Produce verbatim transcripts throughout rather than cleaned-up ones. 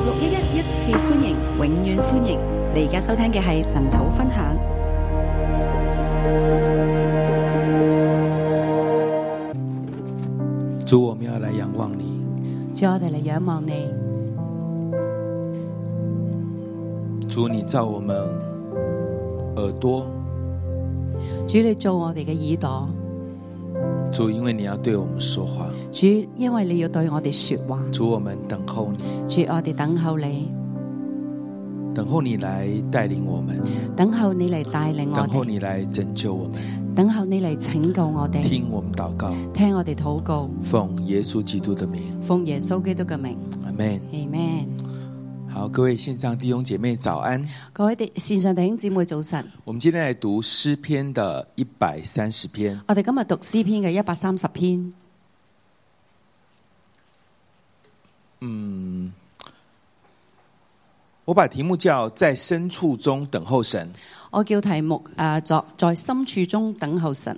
六一一一次歡迎，永遠歡迎！你而家收聽嘅係神土分享。 主，我們要來仰望你。 主，我哋嚟仰望你。 主，你造我們耳朵。 主，你做我哋嘅耳朵。 主，因為你要對我們說話。 主，因為你要對我哋說話。 主，我們等候你。 主，我哋等候你。 等候你來帶領我們。 等候你嚟帶領我哋。 等候你來拯救我們。 等候你嚟拯救我哋。 聽我們禱告。 聽我哋禱告。 奉耶穌基督的名。 奉耶穌基督嘅名。 阿們。 阿們。 好，各位線上弟兄姐妹早安。 各位線上弟兄姊妹早晨。 我們今天來讀詩篇的一百三十篇。 我哋今日讀詩篇嘅一百三十篇。 嗯，我把題目叫在深處中等候神。 我叫題目誒，在在深處中等候神。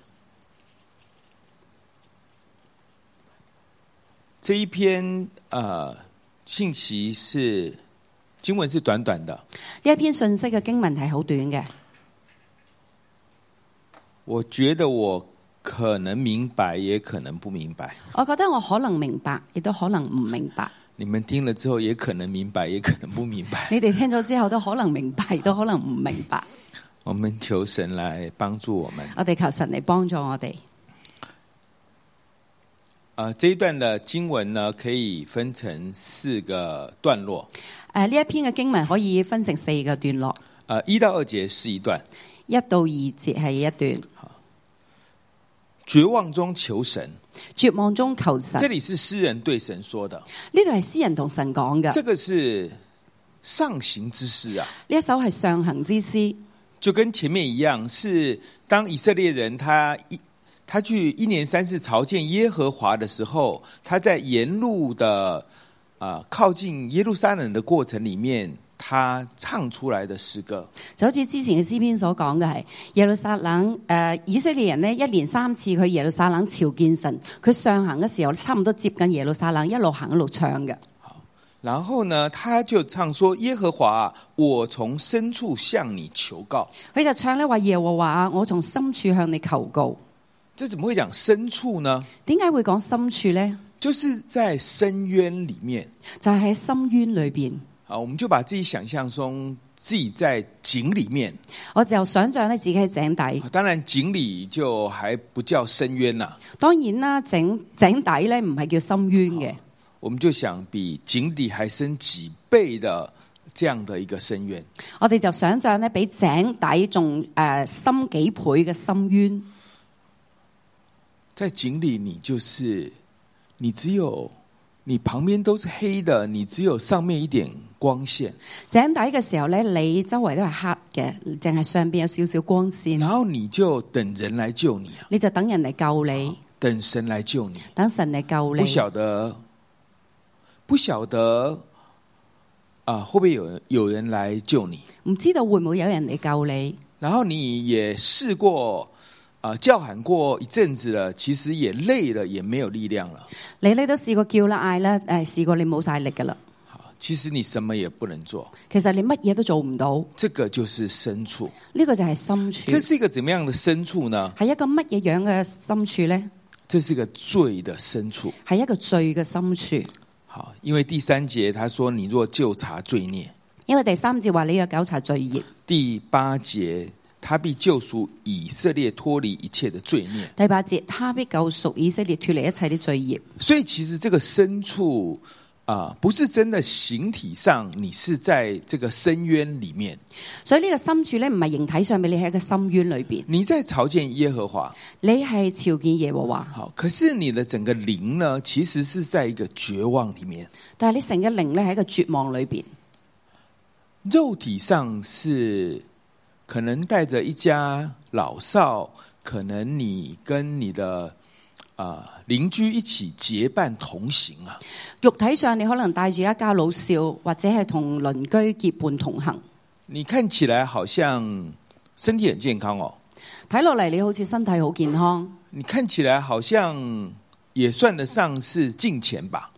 這一篇呃信息是經文是短短的。 呢一篇信息嘅經文係好短嘅。 我覺得我可能明白，也可能不明白。 我覺得我可能明白，亦都可能唔明白。 你們聽了之後，也可能明白，也可能不明白。 你哋聽咗之後都可能明白，亦都可能唔明白。 我們求神來幫助我們。 我哋求神嚟幫助我哋。 啊、呃，這一段的經文呢，可以分成四個段落。 誒、呃，呢一篇嘅經文可以分成四個段落。 呃，一到二節是一段， 一到二節係一段。 絕望中求神， 絕望中求神。 這裡是詩人對神說的。 呢度係詩人同神講嘅。 這個是上行之詩啊。 呢一首係上行之詩， 就跟前面一樣，是當以色列人他一。他去一年三次朝見耶和華的時候，他在沿路的、呃、靠近耶路撒冷的過程裡面，他唱出來的詩歌， 就好似之前嘅詩篇所講嘅係耶路撒冷誒、呃，以色列人呢一年三次去耶路撒冷朝見神，佢上行嘅時候差唔多接近耶路撒冷，一路行一路唱嘅。 然後呢，他就唱說：耶和華，我從深處向你求告。 佢就唱呢話：耶和華，我從深處向你求告。 這怎麼會講深處呢？ 點解會講深處呢？ 就是在深淵裏面， 就係喺深淵裏邊。 啊，我們就把自己想象中自己在井裏面， 我就想象咧自己喺井底。 當然井裏就還不叫深淵啦。 當然啦，井井底咧唔係叫深淵嘅。 我們就想比井底還深幾倍的這樣的一個深淵。 我哋就想象咧比井底仲誒深幾倍嘅深淵。 在井裏，你就是你，只有你旁邊都是黑的，你只有上面一點光線。 井底嘅時候咧，你周圍都係黑嘅，淨係上邊有少少光線。 然後你就等人來救你啊！ 你就等人嚟救你， 等神來救你， 等神嚟救你。 不曉得，不曉得啊，會不會有有人來救你？ 唔知道會唔會有人嚟救你？ 然後你也試過。啊！叫喊過一陣子了，其實也累了，也沒有力量了。 你呢都試過叫啦嗌啦，誒試過你冇晒力噶啦。 好，其實你什麼也不能做。 其實你乜嘢都做唔到。 這個就是深處。 呢個就係深處。 這是一個怎麼樣的深處呢？ 係一個乜嘢樣嘅深處呢？ 這是一個罪的深處。 係一個罪嘅深處。 好，因為第三節他說你若究察罪孽， 因為第三節話你要究察罪孽。 第八節。他必救贖以色列脫離一切的罪孽。 第八節，他必救贖以色列脫離一切的罪孽。 所以其實這個深處啊、呃，不是真的形體上，你是在這個深淵裏面。 所以呢個深處咧，唔係形體上面，你喺一個深淵裏邊。 你在朝見耶和華， 你係朝見耶和華。 好，可是你的整個靈呢，其實是在一個絕望裏面。 但係你成個靈咧喺一個絕望裏邊。 肉體上是。可能帶着一家老少，可能你跟你的啊、呃、鄰居一起結伴同行啊。 肉體上你可能帶住一家老少，或者係同鄰居結伴同行。 你看起來好像身體很健康哦， 睇落嚟你好似身體好健康。 你看起來好像也算得上是敬虔吧。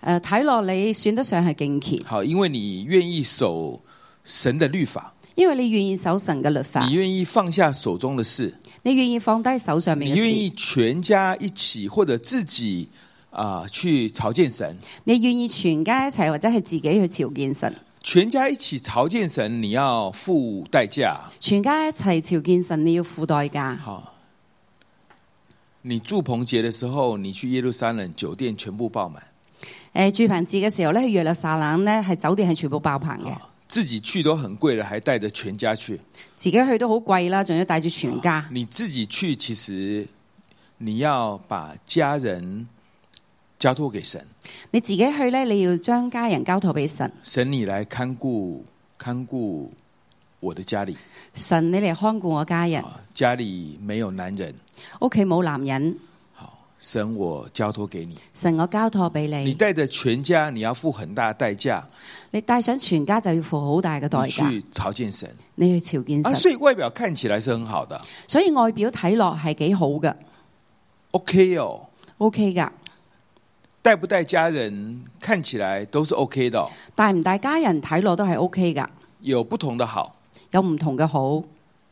誒睇落你算得上係敬虔， 好，因為你願意守神的律法， 因為你願意守神嘅律法， 你願意放下手中的事， 你願意放低手上面嘅事， 你願意全家一起或者自己啊、呃、去朝見神， 你願意全家一齊或者係自己去朝見神。 全家一起朝見神，你要付代價。 全家一齊朝見神，你要付代價。 好，你住棚節的時候，你去耶路撒冷酒店全部爆滿。 誒，住棚節嘅時候咧，去耶路撒冷咧，係酒店係全部爆棚嘅。 自己去都很貴了，還帶着全家去。 自己去都好貴啦，仲要帶住全家。 你自己去，其實你要把家人交託給神。 你自己去咧，你要將家人交託俾神。 神，你來看顧看顧我的家裏。 神，你嚟看顧我家人。 家裏沒有男人， 屋企冇男人。 好，神，我交託給你。 神，我交託俾你。 你帶着全家，你要付很大的代價。 你帶上全家就要付好大嘅代價。 你去朝見神， 你去朝見神。 啊，所以外表看起來是很好的。 所以外表睇落係幾好嘅。 OK 哦 ，OK 噶。 帶不帶家人看起來都是 OK 的， 帶唔帶家人睇落都係 OK 噶， 有不同的好， 有唔同嘅好。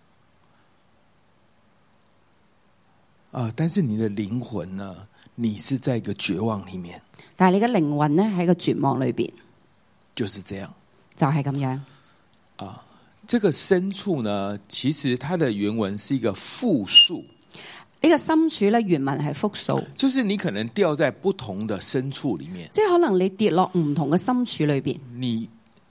啊，但是你的靈魂呢？你是在一個絕望裏面， 但係你嘅靈魂呢喺個絕望裏邊， 就是這樣， 就係咁樣。 啊，這個深處呢，其實它的原文是一個複數。 呢個深處咧，原文係複數， 就是你可能掉在不同的深處裏面， 即係可能你跌落唔同嘅深處裏邊， 你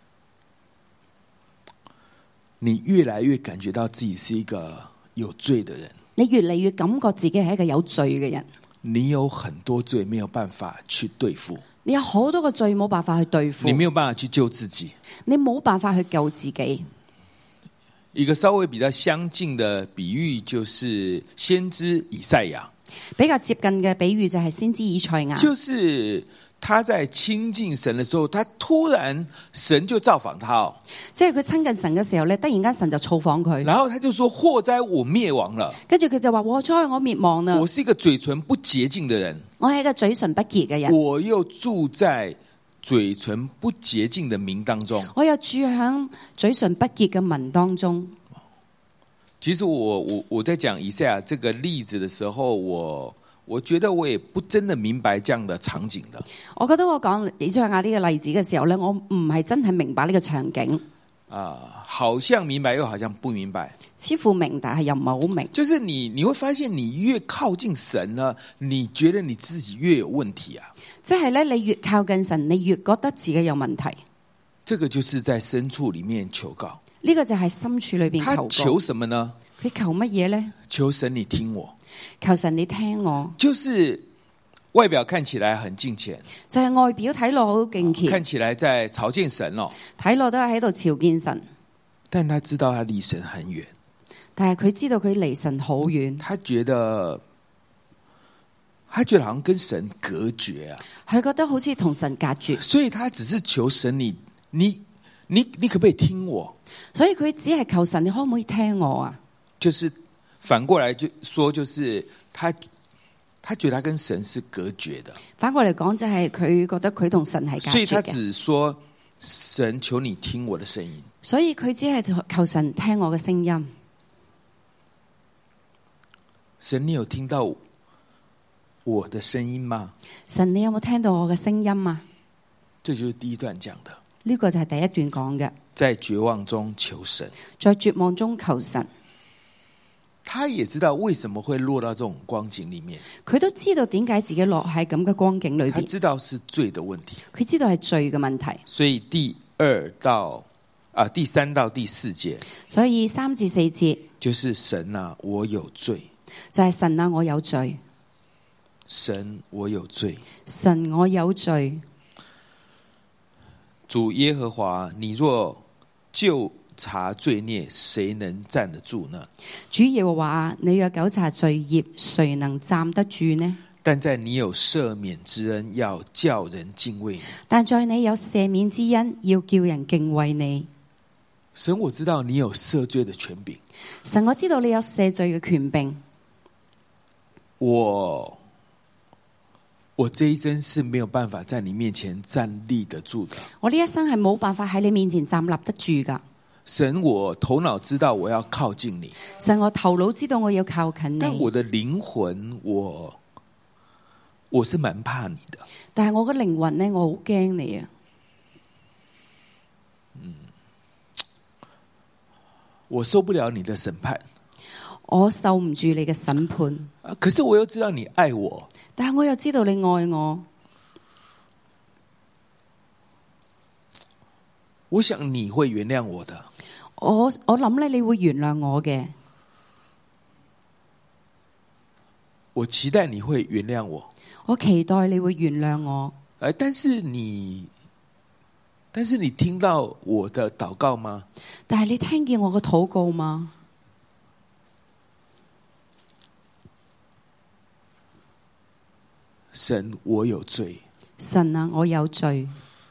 你越來越感覺到自己是一個有罪的人， 你越嚟越感覺自己係一個有罪嘅人， 你有很多罪沒有辦法去對付， 你有好多個罪冇辦法去對付， 你沒有辦法去救自己， 你冇辦法去救自己。 一個稍微比較相近的比喻就是先知以賽亞， 比較接近嘅比喻就係先知以賽亞， 就是他在親近神的時候，他突然神就造訪他哦， 即係佢親近神嘅時候咧，突然間神就造訪佢， 然後他就說：禍哉我滅亡了， 跟住佢就話：禍哉我滅亡啦！ 我是一個嘴唇不潔淨的人， 我係一個嘴唇不潔嘅人， 我又住在嘴唇不潔淨的民當中， 我又住喺嘴唇不潔嘅民當中。 其實我我我在講以賽亞這個例子的時候，我我覺得我也不真的明白這樣的場景的。 我覺得我講以賽亞呢個例子嘅時候呢，我唔係真係明白呢個場景。 啊，好像明白又好像不明白， 似乎明但係又唔係好明。 就是你你會發現，你越靠近神呢，你覺得你自己越有問題啊。 即係咧，你越靠近神，你越覺得自己有問題。 這個就是在深處裏面求告。 呢個就係深處裏邊求告。 他求什麼呢？ 佢求乜嘢呢？ 求神你聽我， 求神你聽我。 就是外表看起來很敬虔， 就係外表睇落好敬虔， 看起來在朝見神哦， 睇落都係喺度朝見神。 但他知道他離神很遠， 但係佢知道佢離神好遠， 他覺得他覺得好像跟神隔絕啊， 佢覺得好似同神隔絕， 所以他只是求神你你你你可不可以聽我？ 所以佢只係求神，你可唔可以聽我啊？ 就是反過來就說，就是他他覺得他跟神是隔絕的。 反過嚟講，就係佢覺得佢同神係隔絕嘅。 所以他只說神求你聽我的聲音。 所以佢只係求神聽我嘅聲音。 神，你有聽到我的聲音嗎？ 神，你有冇聽到我嘅聲音啊？ 這就是第一段講的。 呢個就係第一段講嘅， 在絕望中求神， 在絕望中求神。 他也知道為什麼會落到這種光景裏面， 佢都知道點解自己落喺咁嘅光景裏邊。 他知道是罪的問題， 佢知道係罪嘅問題。 所以第二到啊第三到第四節， 所以三至四節就是神啊，我有罪， 就係神啊，我有罪， 神我有罪， 神我有罪。 主耶和華，你若究察罪孽，誰能站得住呢？ 主耶和華，你若究察罪孽，誰能站得住呢？ 但在你有赦免之恩，要叫人敬畏你。 但在你有赦免之恩，要叫人敬畏你。 神，我知道你有赦罪的權柄。 神，我知道你有赦罪嘅權柄。 我我这一生是沒有辦法在你面前站立得住的。 我呢一生係冇辦法喺你面前站立得住噶。 神，我頭腦知道我要靠近你， 神，我頭腦知道我要靠近你， 但我的靈魂我我是蠻怕你的。 但係我嘅靈魂呢，我好驚你啊。 嗯，我受不了你的審判， 我受唔住你嘅審判。 可是我又知道你愛我， 但係我又知道你愛我。 我想你會原諒我的。 我我諗咧，你會原諒我嘅。 我期待你會原諒我。 我期待你會原諒我。 誒，但是你，但是你聽到我的禱告嗎？ 但係你聽見我嘅禱告嗎？ 神，我有罪。 神啊，我有罪。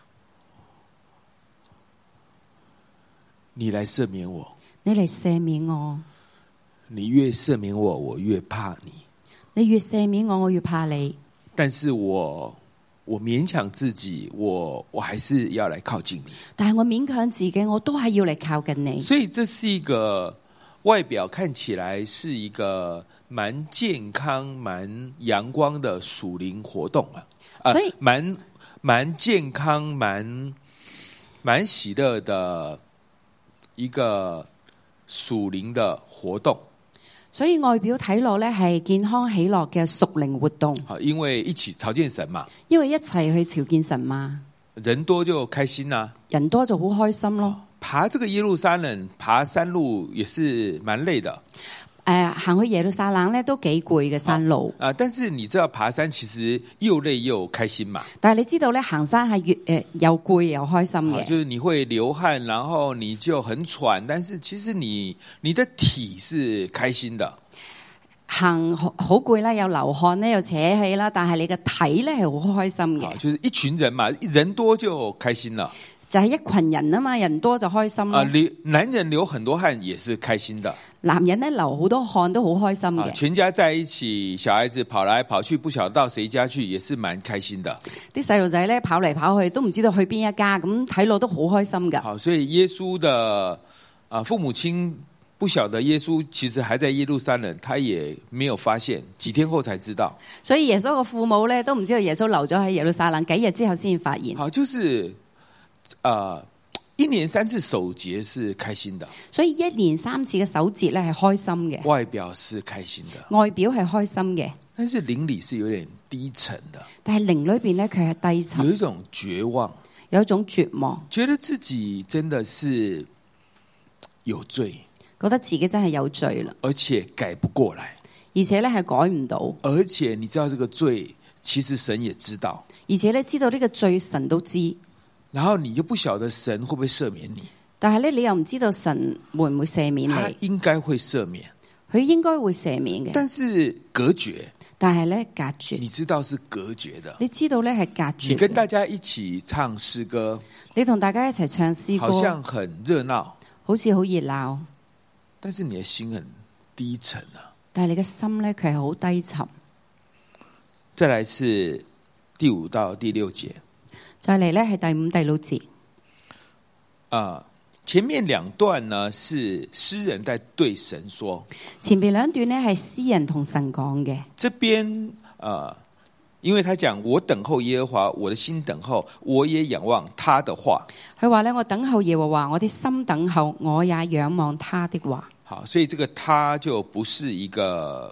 你來赦免我。 你嚟赦免我。 你越赦免我，我越怕你。 你越赦免我，我越怕你。 但是我我勉強自己，我我還是要來靠近你。 但係我勉強自己，我都係要嚟靠近你。 所以這是一個外表看起來是一個蠻健康、蠻陽光的屬靈活動啊。呃、所以蠻蠻健康、蠻蠻喜樂的一個屬靈的活動。 所以外表睇落咧係健康喜樂嘅屬靈活動。 因為一起朝見神嘛。 因為一齊去朝見神嘛。 人多就開心啦。人多就好開心咯。 爬這個耶路撒冷，爬山路也是蠻累的。 誒、呃，行去耶路撒冷咧都幾攰嘅山路。 啊，但是你知道爬山其實又累又開心嘛？ 但係你知道咧，行山係越誒、呃、又攰又開心嘅。 就是你會流汗，然後你就很喘，但是其實你你的體是開心的。 行好攰啦，又流汗咧，又扯氣啦，但係你嘅體咧係好開心嘅。 就是一群人嘛，人多就開心了。 就係一群人啊嘛，人多就開心咯。 啊，流男人流很多汗也是開心的。 男人咧流好多汗都好開心嘅。 全家在一起，小孩子跑來跑去，不曉得到誰家去，也是蠻開心的。 啲細路仔咧跑嚟跑去，都唔知道去邊一家，咁睇落都好開心噶。 好，所以耶穌的啊父母親不曉得耶穌其實還在耶路撒冷，他也沒有發現，幾天後才知道。 所以耶穌個父母咧都唔知道耶穌留咗喺耶路撒冷，幾日之後先發現。 好，就是。啊、呃，一年三次守節是開心的， 所以一年三次嘅守節咧係開心嘅， 外表是開心的， 外表係開心嘅， 但是靈裡是有點低沉的， 但係靈裏邊咧佢係低沉， 有一種絕望， 有一種絕望， 覺得自己真的是有罪， 覺得自己真係有罪啦， 而且改不過來， 而且咧係改唔到， 而且你知道這個罪，其實神也知道， 而且咧知道呢個罪神都知。 然後你就不曉得神會不會赦免你， 但係咧你又唔知道神會唔會赦免你？ 他應該會赦免， 佢應該會赦免嘅， 但是隔絕， 但係咧隔絕， 你知道是隔絕的， 你知道咧係隔絕。 你跟大家一起唱詩歌， 你同大家一齊唱詩歌， 好像很熱鬧， 好似好熱鬧， 但是你的心很低沉啊。 但係你嘅心咧佢係好低沉。 再來是第五到第六節。 再嚟呢係第五、第六節。 啊，前面兩段呢是詩人在對神說， 前面兩段呢係詩人同神講嘅。 這邊啊，因為他講我等候耶和華，我的心等候，我也仰望他的話。 佢話呢，我等候耶和華，我的心等候，我也仰望他的話。 好，所以這個他就不是一個，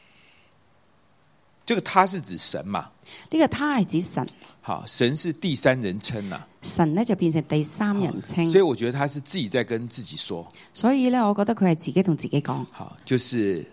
這個他是指神嘛？ 呢個他係指神。 好，神是第三人稱啊， 神呢就變成第三人稱， 所以我覺得他是自己在跟自己說。 所以呢，我覺得佢係自己同自己講。 好，就是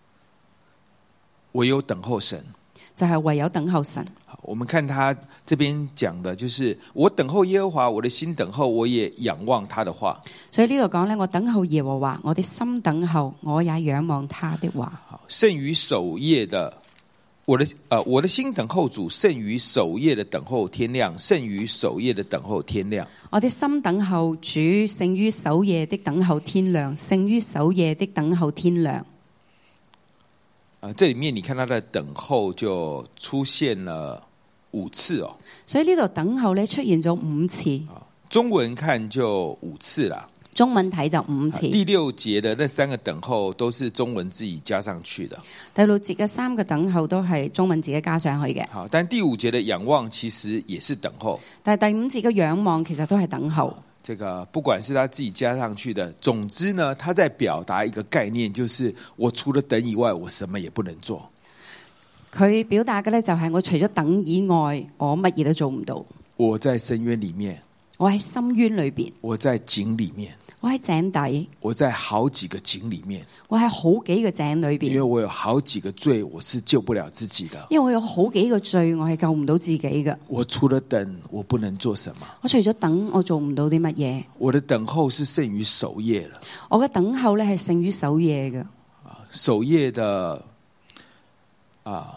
唯有等候神， 就係唯有等候神。 好，我們看他這邊講的，就是我等候耶和華，我的心等候，我也仰望他的話。 所以呢度講呢，我等候耶和華，我的心等候，我也仰望他的話。 好，勝於守夜的。我的呃，我的心等候主，勝於守夜的等候天亮，勝於守夜的等候天亮。 我的心等候主，勝於守夜的等候天亮，勝於守夜的等候天亮。 啊，這裡面你看他的等候就出現了五次哦。 所以呢度等候咧出現咗五次， 中文看就五次啦。 中文睇就五次。 第六節的那三個等候都是中文自己加上去的。 第六節嘅三個等候都係中文自己加上去嘅。 好，但第五節的仰望其實也是等候。 但係第五節嘅仰望其實都係等候。 這個不管是他自己加上去的，總之呢，他在表達一個概念，就是我除了等以外，我什麼也不能做。 佢表達嘅呢，就係我除咗等以外，我乜嘢都做唔到。 我在深淵裏面， 我喺深淵裏邊， 我在井裏面， 我喺井底， 我在好幾個井裏面， 我喺好幾個井裏邊。 因為我有好幾個罪，我是救不了自己的。 因為我有好幾個罪，我係救唔到自己嘅。 我除了等，我不能做什麼。 我除咗等，我做唔到啲乜嘢。 我的等候是勝於守夜了。 我嘅等候咧係勝於守夜嘅。 守夜的啊。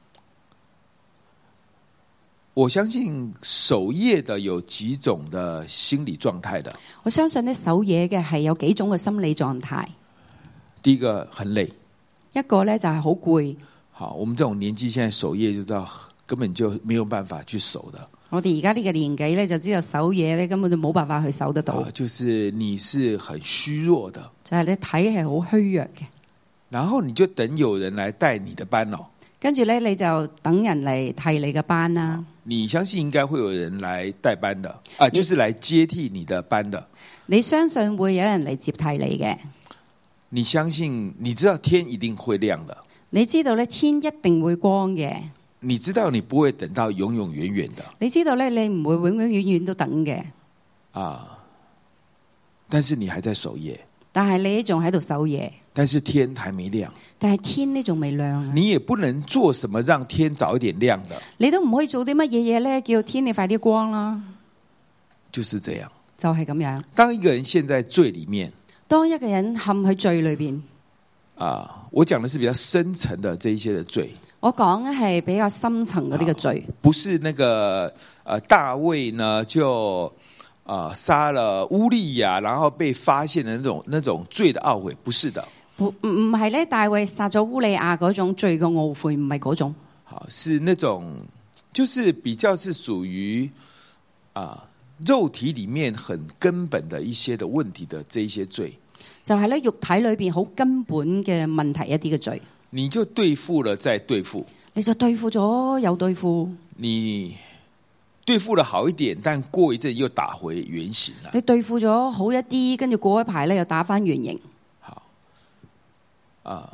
我相信守夜的有幾種的心理狀態的。 我相信呢守夜嘅係有幾種嘅心理狀態。 第一個很累， 一個呢就係好攰。 好，我們這種年紀現在守夜就知道根本就沒有辦法去守的。 我哋而家呢個年紀呢，就知道守夜呢根本就冇辦法去守得到。 啊，就是你是很虛弱的， 就係你睇係好虛弱嘅。 然後你就等有人來帶你的班咯。 跟住咧，你就等人嚟替你嘅班啦。 你相信應該會有人來帶班的啊，就是來接替你的班的。 你相信會有人嚟接替你嘅？ 你相信，你知道天一定會亮的。 你知道咧，天一定會光嘅。 你知道你不會等到永永遠遠的。 你知道咧，你唔會永永遠遠都等嘅。 啊，但是你還在守夜。 但係你仲喺度守夜。 但是天還沒亮。 但係天呢仲未亮啊！ 你也不能做什麼讓天早一點亮的。 你都唔可以做啲乜嘢嘢咧，叫天你快啲光啦。 就是這樣。 就係咁樣。 當一個人陷在罪裏面， 當一個人陷喺罪裏邊， 啊，我講的是比較深層的這一些的罪。 我講嘅係比較深層嗰啲嘅罪， 不是那個，呃，大衛呢就。啊、呃！殺了烏利亞，然後被發現的那種那種罪的懊悔，不是的。 唔唔唔係咧，大衛殺咗烏利亞嗰種罪嘅懊悔，唔係嗰種。 好，是那種，就是比較是屬於啊、呃、肉體裏面很根本的一些的問題的這一些罪。 就係咧，肉體裏邊好根本嘅問題一啲嘅罪。 你就對付了再對付， 你就對付咗又對付。 你。對付得好一點，但過一陣又打回原形了。 你對付咗好一啲，跟住過一排咧又打返原形。 好，啊，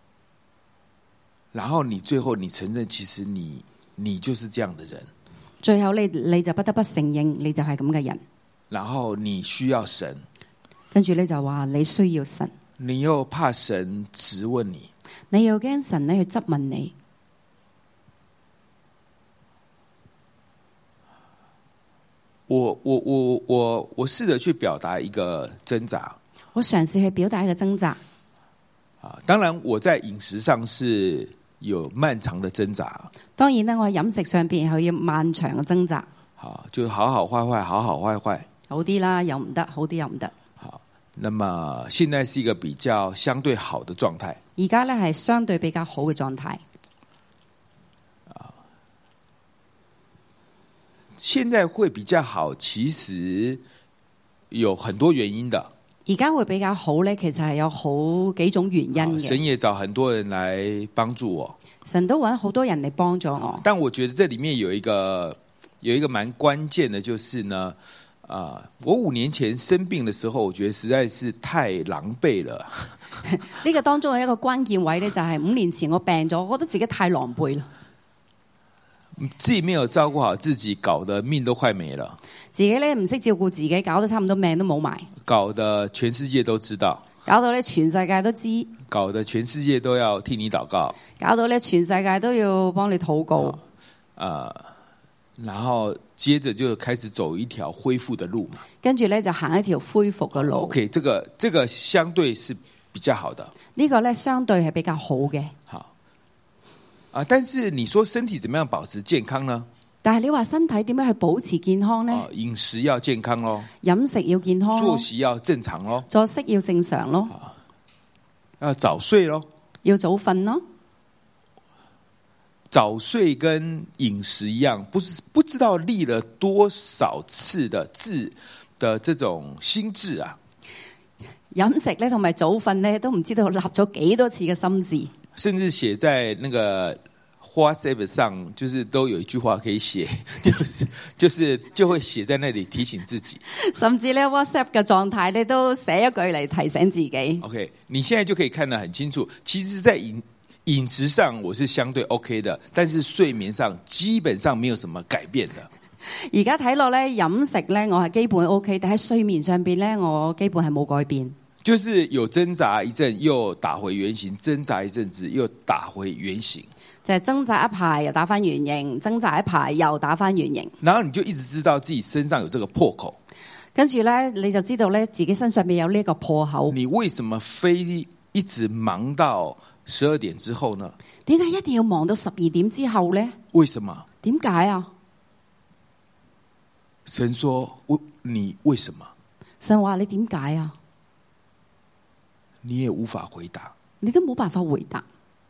然後你最後你承認，其實你你就是這樣的人。 最後你你就不得不承認，你就係咁嘅人。 然後你需要神， 跟住你就話你需要神， 你又怕神質問你， 你又驚神咧去質問你。 我我我我我試着去表達一個掙扎， 我嘗試去表達一個掙扎。 啊，當然我在飲食上是有漫長的掙扎。 當然呢，我喺飲食上邊係要漫長嘅掙扎。 好，就好好壞壞，好好壞壞， 好啲啦，又唔得；好啲又唔得。 好，那麼現在是一個比較相對好的狀態。 而家呢係相對比較好嘅狀態。 現在會比較好，其實有很多原因的。 而家會比較好呢，其實係有好幾種原因嘅。 神也找很多人來幫助我， 神都揾好多人嚟幫助我。 但我覺得這裡面有一個有一個蠻關鍵的，就是呢，啊、呃，我五年前生病的時候，我覺得實在是太狼狽了。 呢個當中有一個關鍵位呢，就係五年前我病咗，我覺得自己太狼狽啦。 自己沒有照顧好自己，搞得命都快沒了。 自己咧唔識照顧自己，搞到差唔多命都冇埋。 搞得全世界都知道。 搞到咧全世界都知。 搞得全世界都要替你禱告。 搞到咧全世界都要幫你禱告。 啊、呃，然後接着就開始走一條恢復的路嘛。跟住咧就行一條恢復嘅路。 OK， 這個這個相對是比較好的。 呢個咧相對係比較好嘅。 好。啊！但是你說身體怎麼樣保持健康呢？ 但係你話身體點樣去保持健康呢？ 飲、啊、食要健康咯， 飲食要健康， 作息要正常咯， 作息要正常咯， 啊、要早睡咯， 要早瞓咯。 早睡跟饮食一樣，不是不知道立了多少次的字的這種心智啊。 飲食咧同埋早瞓咧都唔知道立咗幾多次嘅心智， 甚至寫在那個 WhatsApp 上，就是都有一句話可以寫，就是就是就會寫在那裡提醒自己。 甚至咧 WhatsApp 嘅狀態咧都寫一句嚟提醒自己。 OK， 你現在就可以看得很清楚。其實，在飲飲食上我是相對 OK 的，但是睡眠上基本上沒有什麼改變的。 而家睇落咧飲食咧我係基本 OK， 但係睡眠上邊咧我基本係冇改變。 就是有掙扎一陣又打回原形，掙扎一陣子又打回原形。 就係掙扎一排又打翻原形，掙扎一排又打翻原形。 然後你就一直知道自己身上有這個破口， 跟住咧你就知道咧自己身上面有呢個破口。 你為什麼非一直忙到十二點之後呢？ 點解一定要忙到十二點之後呢？ 為什麼？ 點解啊？ 神說：你為什麼？ 神話你點解啊？ 你也無法回答， 你都冇辦法回答。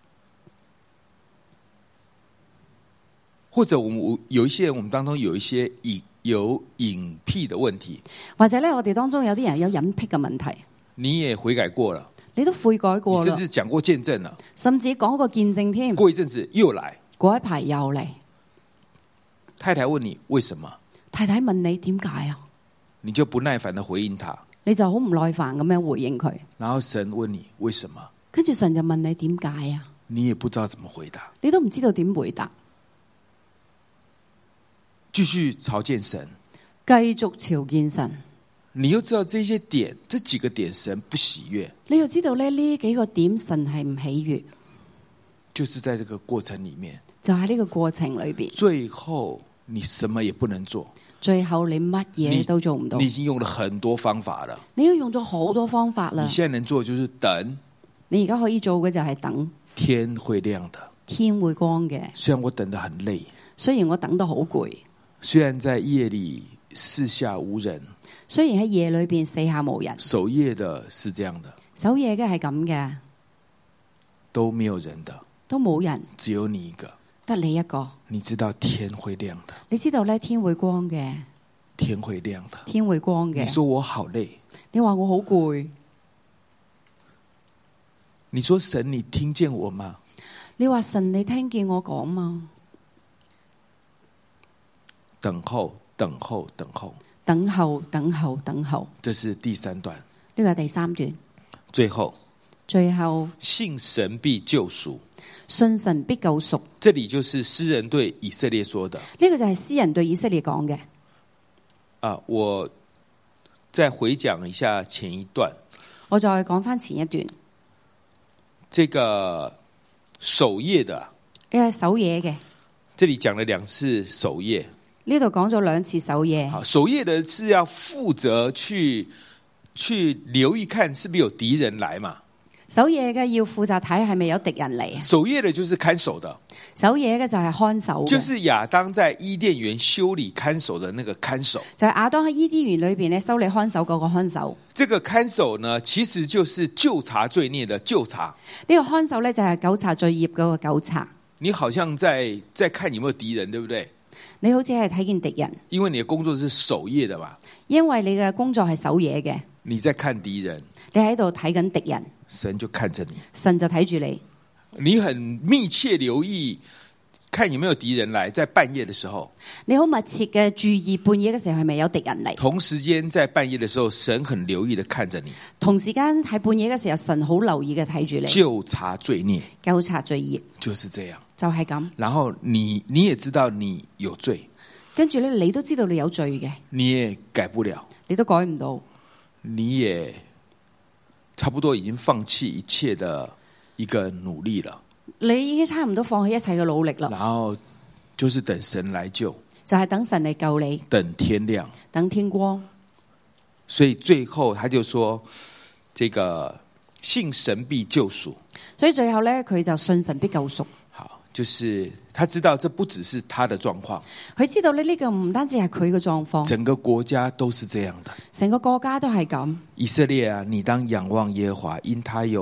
或者我們有一些人，我們當中有一些隱有隱僻的問題， 或者咧我哋當中有啲人有隱僻嘅問題， 你也悔改過了， 你都悔改過啦， 甚至講過見證了， 甚至講過見證添。 過一陣子又來， 過一排又嚟， 太太問你為什麼？ 太太問你點解啊？ 你就不耐煩的回應他， 你就好唔耐煩咁樣回應佢。 然後神問你為什麼？ 跟住神就問你點解啊？ 你也不知道怎麼回答， 你都唔知道點回答。 繼續朝見神， 繼續朝見神。 你又知道這些點，這幾個點神不喜悅， 你又知道咧呢幾個點神係唔喜悅， 就是在這個過程裏面， 就喺呢個過程裏邊， 最後你什麼也不能做， 最後你乜嘢都做唔到。 你已經用了很多方法了， 你都用咗好多方法啦。 你現在能做的就是等， 你而家可以做嘅就係等， 天會亮的， 天會光嘅。 雖然我等得很累， 雖然我等得好攰， 雖然在夜裏四下無人， 雖然喺夜裏邊四下無人， 守夜的是這樣的， 守夜嘅係咁嘅， 都沒有人的， 都冇人， 只有你一個， 得你一個。 你知道天會亮的， 你知道咧天會光嘅， 天會亮的， 天會光嘅。 你說我好累， 你話我好攰， 你說神你聽見我嗎？ 你話神你聽見我講嗎？ 等候，等候，等候， 等候，等候，等候。 這是第三段， 呢個係第三段。 最後， 最後信神必救贖， 信神必救贖。 這裡就是詩人對以色列說的。 呢個就係詩人對以色列講嘅。 啊，我再回講一下前一段。 我再講翻前一段。 這個守夜的， 呢係守夜嘅。 這裡講了兩次守夜。 呢度講咗兩次守夜。 好，守夜的是要負責去去留意看是不是有敵人來嘛。 守夜嘅要負責睇係咪有敵人嚟。 守夜的就是看守的。 守夜嘅就係看守嘅。 就是亞當在伊甸園修理看守的那個看守。 就係亞當喺伊甸園裏邊咧修理看守嗰個看守。 這個看守呢，其實就是糾察罪孽的糾察。 呢個看守咧就係糾察罪孽嗰個糾察。 你好像在在看有沒有敵人，對不對？ 你好似係睇見敵人， 因為你的工作是守夜的嘛。 因為你嘅工作係守夜嘅， 你在看敵人， 你喺度睇緊敵人， 神就看着你， 神就睇住你。 你很密切留意，看有沒有敵人來，在半夜的時候， 你好密切嘅注意半夜嘅時候係咪有敵人嚟？ 同時間在半夜的時候，神很留意的看着你， 同時間喺半夜嘅時候，神好留意嘅睇住你， 糾察罪孽， 糾察罪孽， 就是這樣， 就係咁。 然後你你也知道你有罪， 跟住咧，你都知道你有罪嘅， 你也改不了， 你都改唔到， 你也差不多已經放棄一切的一個努力了。 你已經差唔多放棄一切嘅努力啦。 然後就是等神來救， 就係等神嚟救你， 等天亮， 等天光。 所以最後他就說：這個信神必救贖。 所以最後咧，佢就信神必救贖。 好，就是他知道這不只是他的狀況， 佢知道咧呢個唔單止係佢嘅狀況， 整個國家都是這樣的， 成個國家都係咁。 以色列啊，你當仰望耶和華，因他有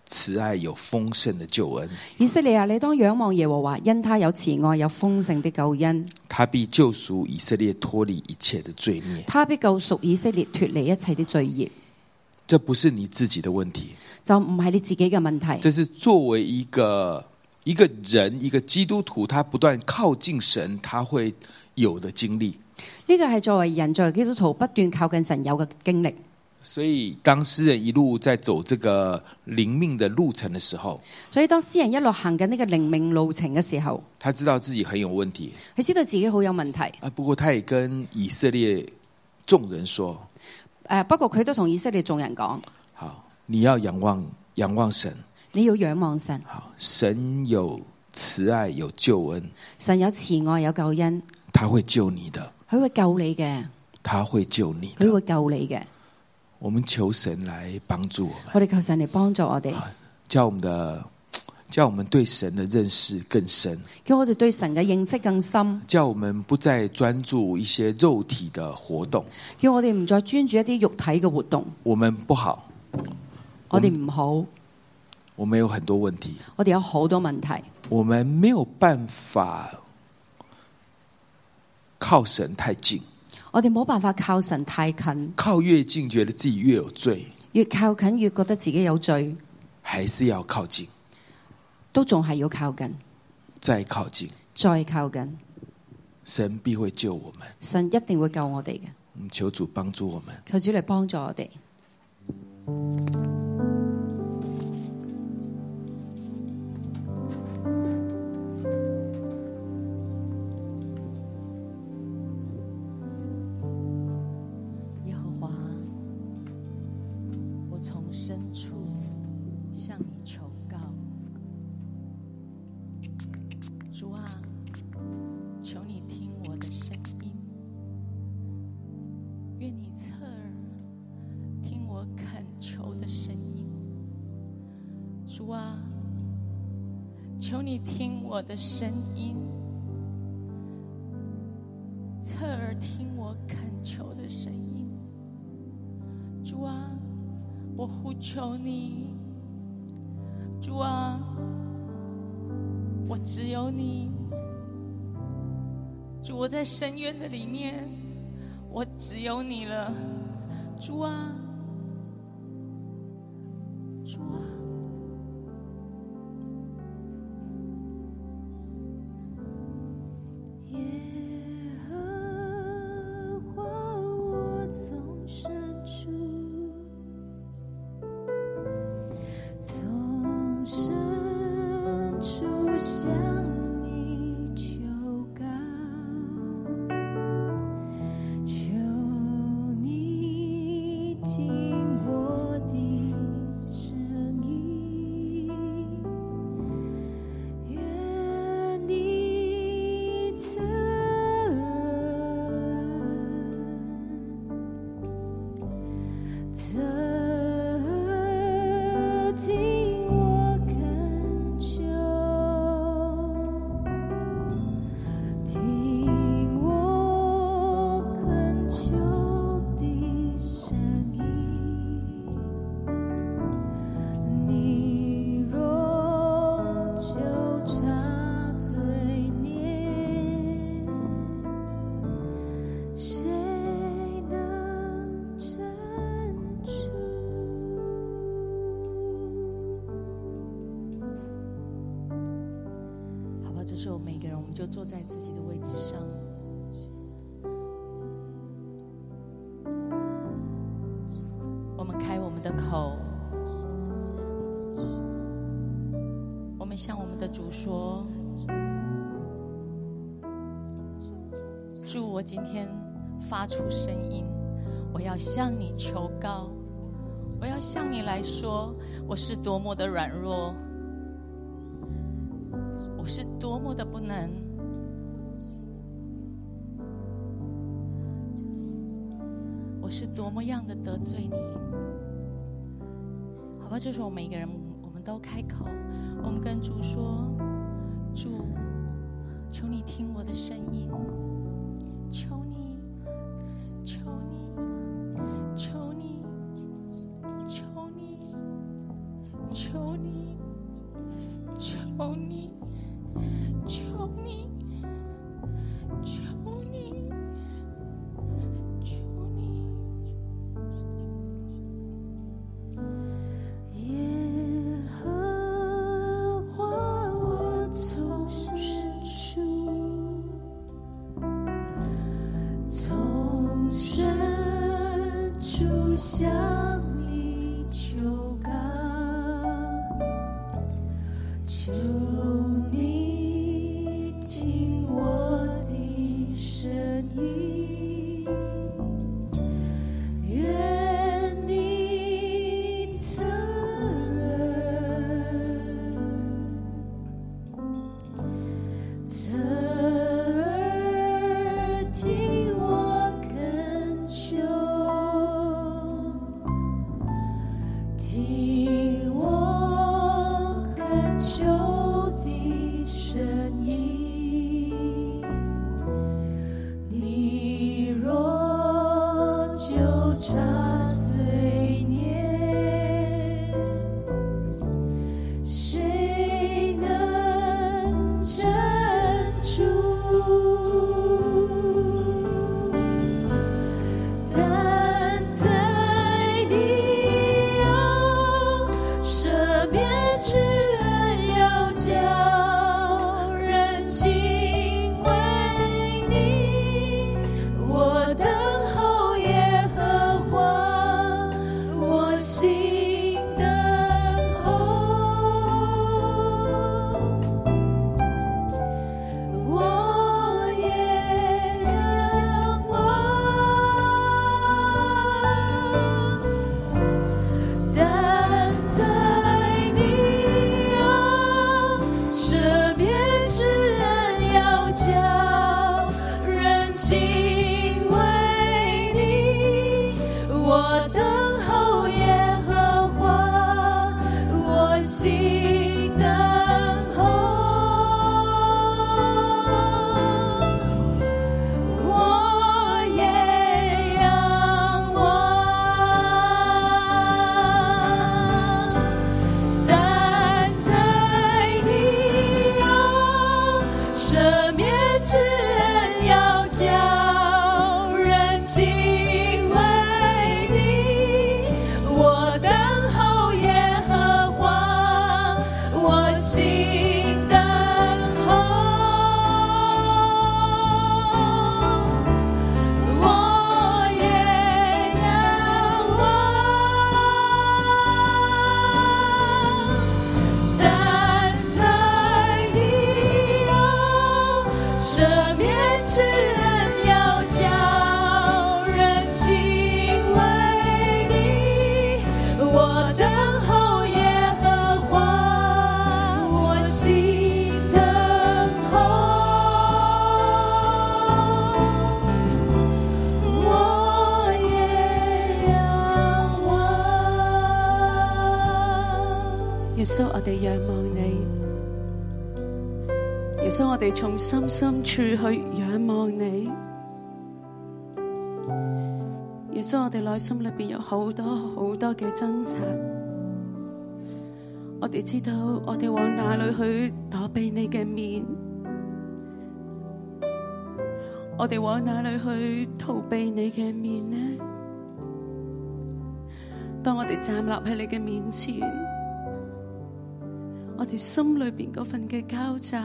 慈爱有豐盛的救恩。 以色列啊，你當仰望耶和華，因他有慈愛，有豐盛的救恩。 他必救贖以色列脫離一切的罪孽。 他必救贖以色列脫離一切的罪孽。 這不是你自己的問題， 就唔係你自己嘅問題。 這是作為一個一個人，一個基督徒，他不斷靠近神，他會有的經歷。 呢個係作為人，作為基督徒不斷靠近神有嘅經歷。 所以當詩人一路在走這個靈命的路程的時候， 所以當詩人一路行緊呢個靈命路程嘅時候， 他知道自己很有問題， 佢知道自己好有問題。 啊，不過他也跟以色列眾人說。 誒，不過佢都同以色列眾人講： 好，你要仰望仰望神， 你要仰望神。 好，神有慈愛有救恩， 神有慈愛有救恩， 他會救你的， 佢會救你嘅， 他會救你的， 佢會救你嘅。 我們求神來幫助我們， 我哋求神嚟幫助我哋， 叫我們的叫我們對神的認識更深， 叫我哋對神嘅認識更深， 叫我們不再專注一些肉體的活動， 叫我哋唔再專注一啲肉體嘅活動。 我們不好， 我哋唔好， 我們有很多問題， 我哋有好多問題， 我們沒有辦法靠神太近， 我哋冇辦法靠神太近， 靠越近覺得自己越有罪， 越靠近越覺得自己有罪， 還是要靠近， 都仲係要靠近， 再靠近， 再靠近， 神必會救我們， 神一定會救我哋嘅。 求主幫助我們， 求主嚟幫助我哋。 耶和華，我從深處向你求告，主啊，求你聽我的聲音，願你側耳聽我懇求的聲音。主啊，求你聽我的聲音，側耳聽我懇求的聲音。主啊，我呼求你，主啊，我只有你。主，我在深淵的裡面，我只有你了。主啊，主啊， 耶和華，我從深處，從深處向你求告，求你聽我的聲音，願你側耳，側耳聽我懇求，聽我懇求的聲音。你若糾察罪孽，誰能站住？ 好吧，这时候每个人我们就坐在自己的位置上，我们开我们的口，我们向我们的主说：主，我今天发出声音，我要向你求告，我要向你来说，我是多么的软弱，我是多么的不能，我是多么样的得罪你。好吧，这时候每个人我们都开口，我们跟主说：主，求你听我的声音，求你，求你，求你，求你，求求你，求你，求你，求你，求你。 耶和华，我从深处，从深处向你求告，求你听我的声音，愿你侧耳，侧耳听我恳求，听我恳求的声音。你若就插罪孽，谁能镇住？但在你有赦免之恩，要叫人敬畏你。我等候耶和华，我心等候，我也仰望。但在你有赦免之恩，要叫人敬畏你。我等候耶和华，我心等候，我也仰望。但在你有赦免之恩，要叫人敬畏你。我等候耶和华，我心等候，我也仰望。但在你有赦免之恩，要叫人敬畏你。我等候耶和华，我心等候，我也仰望。 耶穌，我哋仰望你。耶穌，我哋從心深處去仰望你。耶穌，我哋內心裏邊有好多好多嘅掙扎。我哋知道我哋往哪裏去躲避你嘅面，我哋往哪裏去逃避你嘅面呢？當我哋站立喺你嘅面前，我哋心裏邊嗰份嘅交集，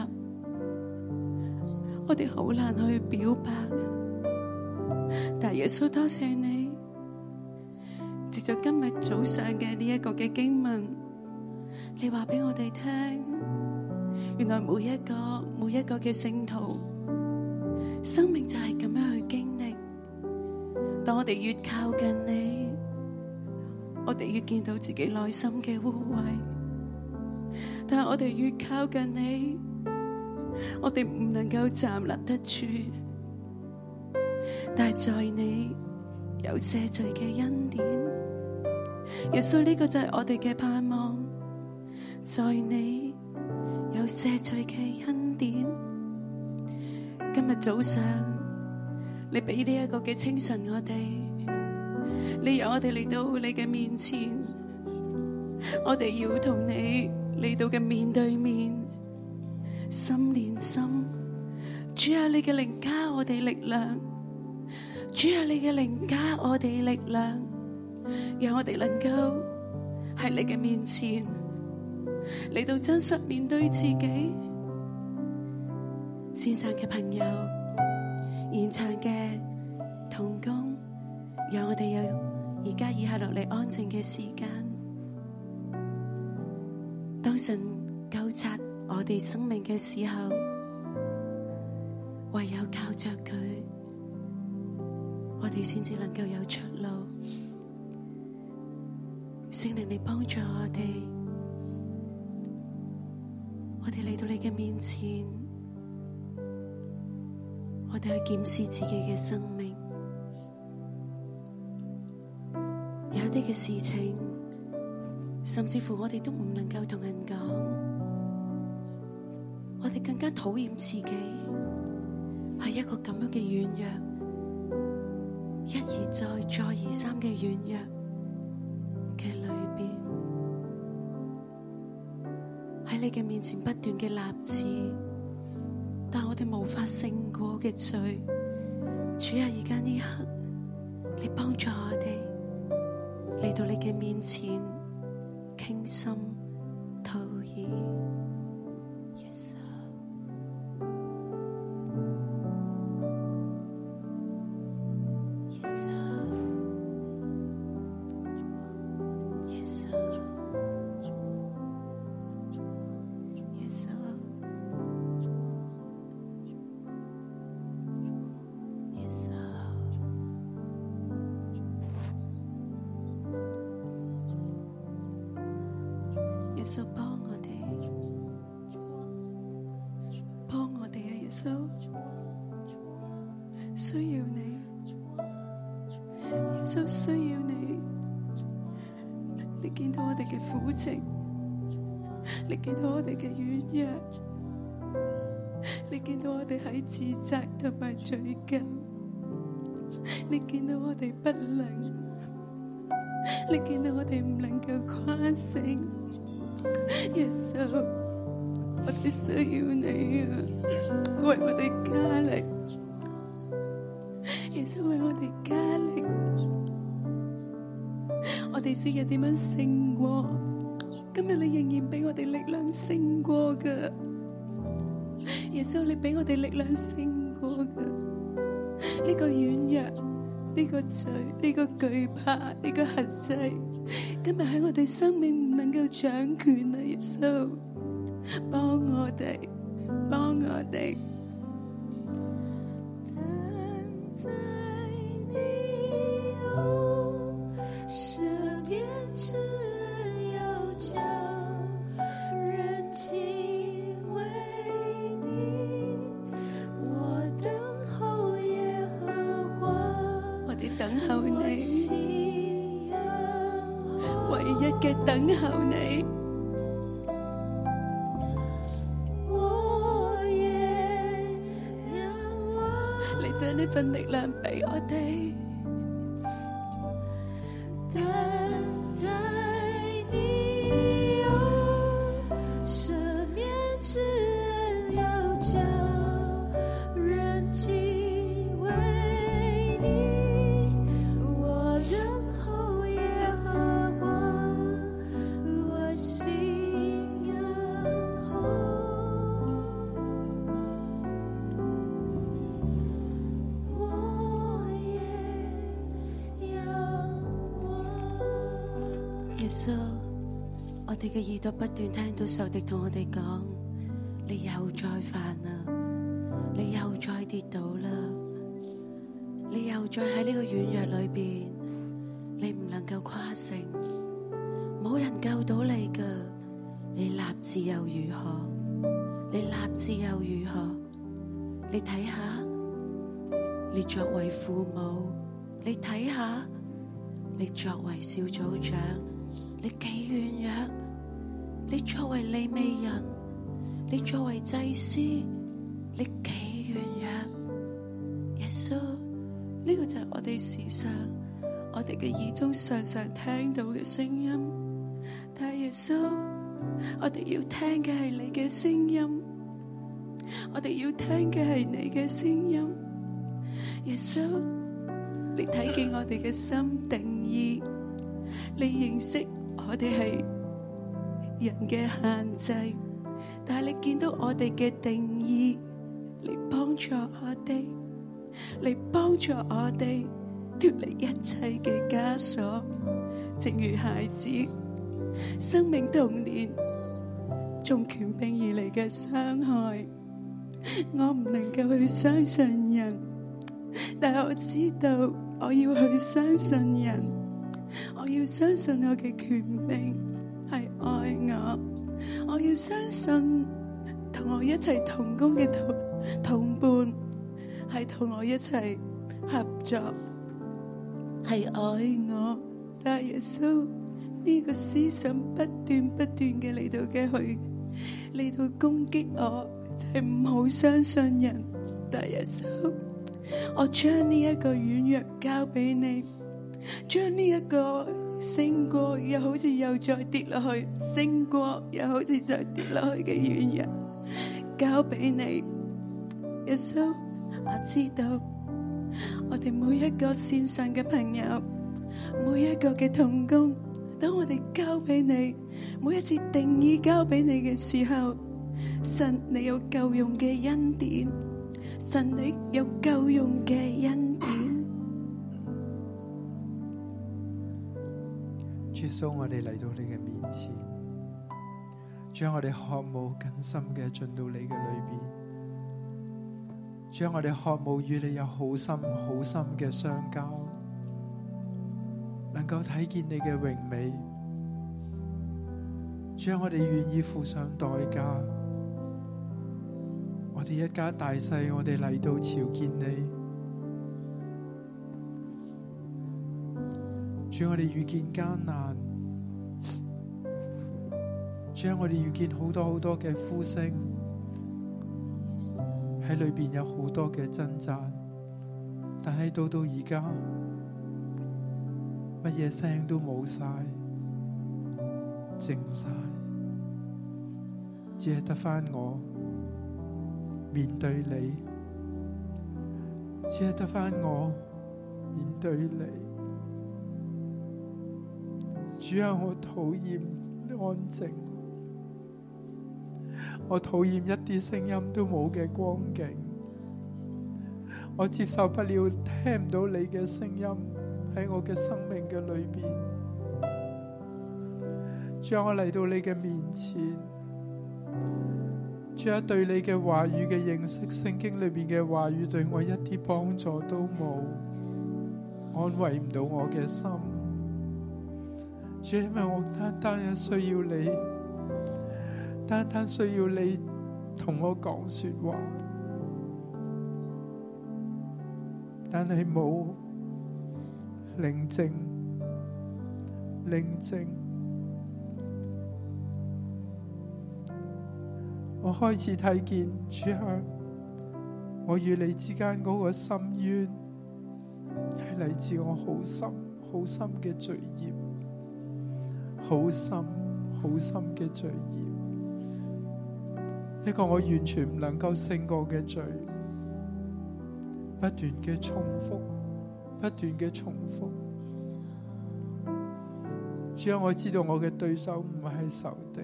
我哋好難去表白。但耶穌，多謝你，藉着今日早上嘅呢一個嘅經文，你話俾我哋聽，原來每一個每一個嘅聖徒，生命就係咁樣去經歷。當我哋越靠近你，我哋越見到自己內心嘅污穢。但係我哋越靠近你，我哋唔能夠站立得住。但係在你有赦罪嘅恩典，耶穌，呢個就係我哋嘅盼望。在你有赦罪嘅恩典，今日早上你俾呢一個嘅清晨我哋，你由我哋嚟到你嘅面前， 我哋要同你嚟到嘅面對面，心連心。主啊，你嘅靈加我哋力量，主啊，你嘅靈加我哋力量，讓我哋能夠喺你嘅面前嚟到真實面對自己。線上嘅朋友，現場嘅同工，讓我哋有而家以下落嚟安靜嘅時間。當神救察我哋生命嘅時候，唯有靠着佢，我哋先至能夠有出路。聖靈，你幫助我哋，我哋嚟到你嘅面前，我哋去檢視自己嘅生命。有啲嘅事情，甚至乎我哋都唔能夠同人講，我哋更加討厭自己係一個咁樣嘅軟弱，一而再再而三嘅軟弱嘅裏邊，喺你嘅面前不斷嘅立志，但我哋無法勝過嘅罪。主啊，而家呢刻你幫助我哋嚟到你嘅面前傾心吐意。Yes, yes, yes, yes, yes. 耶穌幫我哋，幫我哋啊！耶穌需要你，耶穌需要你。你見到我哋嘅苦情，你見到我哋嘅軟弱，你見到我哋喺自責同埋罪疚，你見到我哋不能，你見到我哋唔能夠誇勝。耶穌，我哋需要你啊！為我哋加力，耶穌為我哋加力，我哋昔日點樣勝過，今日你仍然俾我哋力量勝過噶。耶穌，你俾我哋力量勝過噶。呢個軟弱，呢個罪，呢個懼怕，呢個轄制，今日喺我哋生命唔能夠掌權啊！耶穌，幫我哋，幫我哋。 在你有赦免之恩，要叫人敬畏你。我等候耶和華， 我哋等候你， 心仰候唯一嘅等候你。 我也仰望。 你將呢份力量俾我哋。 但在你有赦免之恩，要叫人敬畏你。我等候耶和華，我心仰候。我也仰望。 耶穌，我哋嘅耳朵不斷聽到仇敵同我哋講，你又再犯啦，你又再跌倒啦，你又再喺呢個軟弱裏邊，你唔能夠誇勝，冇人救到你噶，你立志又如何？你立志又如何？你睇下，你作為父母，你睇下，你作為小組長，你幾軟弱？你作為利未人，你作為祭司，你幾軟弱？耶穌，呢個就係我哋時常，我哋嘅耳中常常聽到嘅聲音。 但係耶穌，我哋要聽嘅係你嘅聲音，我哋要聽嘅係你嘅聲音。耶穌，你睇見我哋嘅心定意，你認識我哋係人嘅限制，但係你見到我哋嘅定意，嚟幫助我哋，嚟幫助我哋脫離一切嘅枷鎖。正如孩子生命童年從權柄而嚟嘅傷害，我唔能夠去相信人，但係我知道我要去相信人，我要相信我嘅權柄係愛我，我要相信同我一齊同工嘅同同伴係同我一齊合作，係愛我。但係耶穌，呢個思想不斷不斷嘅嚟到嘅去嚟到攻擊我，就係唔好相信人。但係耶穌，我將呢一個軟弱交俾你，將呢一個勝過又好似又再跌落去，勝過又好似再跌落去嘅軟弱交俾你。耶穌，我知道我哋每一個線上嘅朋友，每一個嘅同工，當我哋交俾你，每一次定義交俾你嘅時候，神你有夠用嘅恩典，神你有夠用嘅恩典。 耶穌，我哋嚟到你嘅面前，將我哋渴慕更深嘅進到你嘅裏邊，將我哋渴慕與你有好深好深嘅相交，能夠睇見你嘅榮美，將我哋願意付上代價，我哋一家大細，我哋嚟到朝見你。主，我哋遇見艱難，主，我哋遇見好多好多嘅呼聲，喺裏邊有好多嘅掙扎，但係到到而家，乜嘢聲都冇晒，靜晒，只係得返我面對你，只係得返我面對你。主啊，我討厭安靜，我討厭一啲聲音都冇嘅光景，我接受不了聽唔到你嘅聲音喺我嘅生命嘅裏邊。主啊，我嚟到你嘅面前，主啊，對你嘅話語嘅認識，聖經裏邊嘅話語對我一啲幫助都冇，安慰唔到我嘅心。主，因為我單單係需要你，單單需要你同我講說話，但係冇寧靜，寧靜。我開始睇見，主啊，我與你之間嗰個深淵係嚟自我好深、好深嘅罪孽。好深好深嘅罪孽，一個我完全唔能夠勝過嘅罪，不斷嘅重複，不斷嘅重複。主啊，我知道我嘅對手唔係仇敵，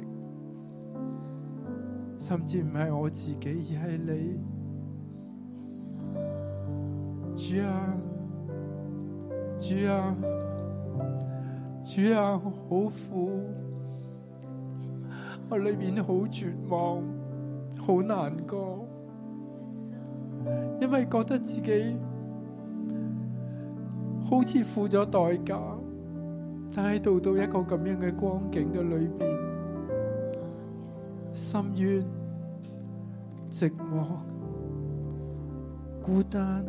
甚至唔係我自己，而係你。主啊，主啊，主啊，我好苦，我裏面好絕望，好難過，因為覺得自己好似付咗代價，但係到到一個咁樣嘅光景嘅裏邊，深淵、寂寞、孤單，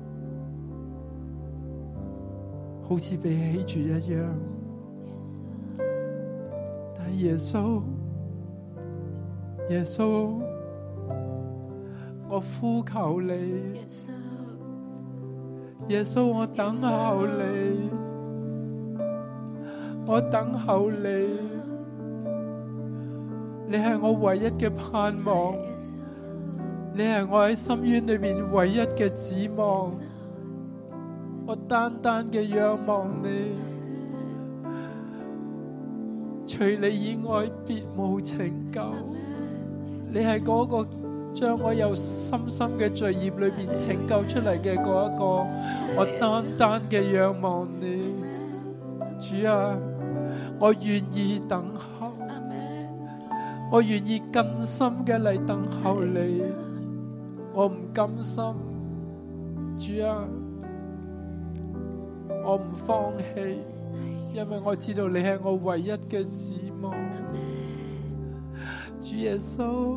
好似被棄住一樣。耶穌，耶穌，我呼求你，耶穌，我等候你，我等候你， 你係我唯一嘅盼望，你係我喺深淵裏面唯一嘅指望，我單單嘅仰望你，除你以外別無拯救。你係嗰個將我由深深嘅罪孽裏面拯救出嚟嘅嗰一個，我單單嘅仰望你。主啊，我願意等候，我願意更深嘅嚟等候你，我唔甘心。主啊，我唔放棄，因為我知道你係我唯一嘅指望。主耶穌，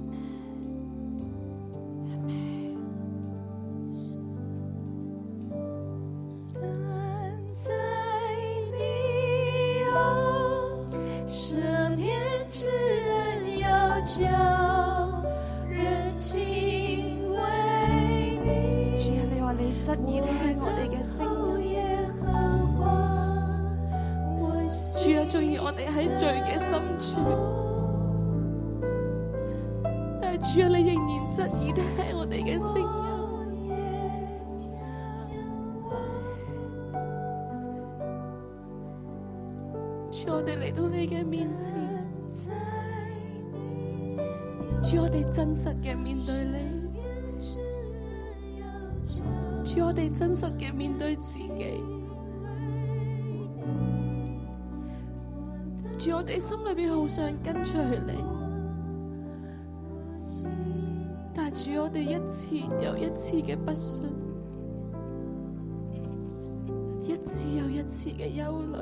側耳聽我哋嘅聲音，主啊，縱然我哋喺罪嘅深處，但係主啊，你仍然側耳聽我哋嘅聲音。主，我哋嚟到你嘅面前，主，我哋真實嘅面對你。主，我哋真實嘅面對自己。主，我哋心裏邊好想跟隨你，但係主，我哋一次又一次嘅不信，一次又一次嘅憂慮，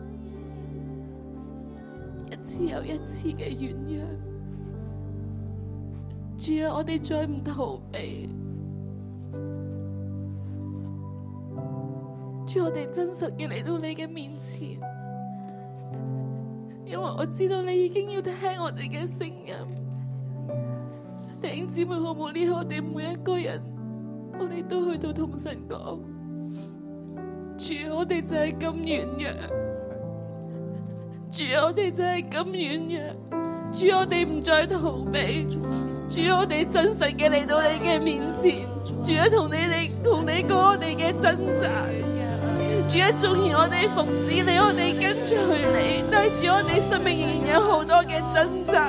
一次又一次嘅軟弱。主啊，我哋再唔逃避。主，我哋真實嘅嚟到你嘅面前，因為我知道你已經要聽我哋嘅聲音。弟兄姊妹，好唔好呢刻我哋每一個人，我哋都去到同神講，主，我哋就係咁軟弱，主，我哋就係咁軟弱，主，我哋唔再逃避，主，我哋真實嘅嚟到你嘅面前，主啊，同你哋同你講我哋嘅掙扎。主啊，縱然我哋服侍你，我哋跟隨你，但係主，我哋生命仍然有好多嘅掙扎。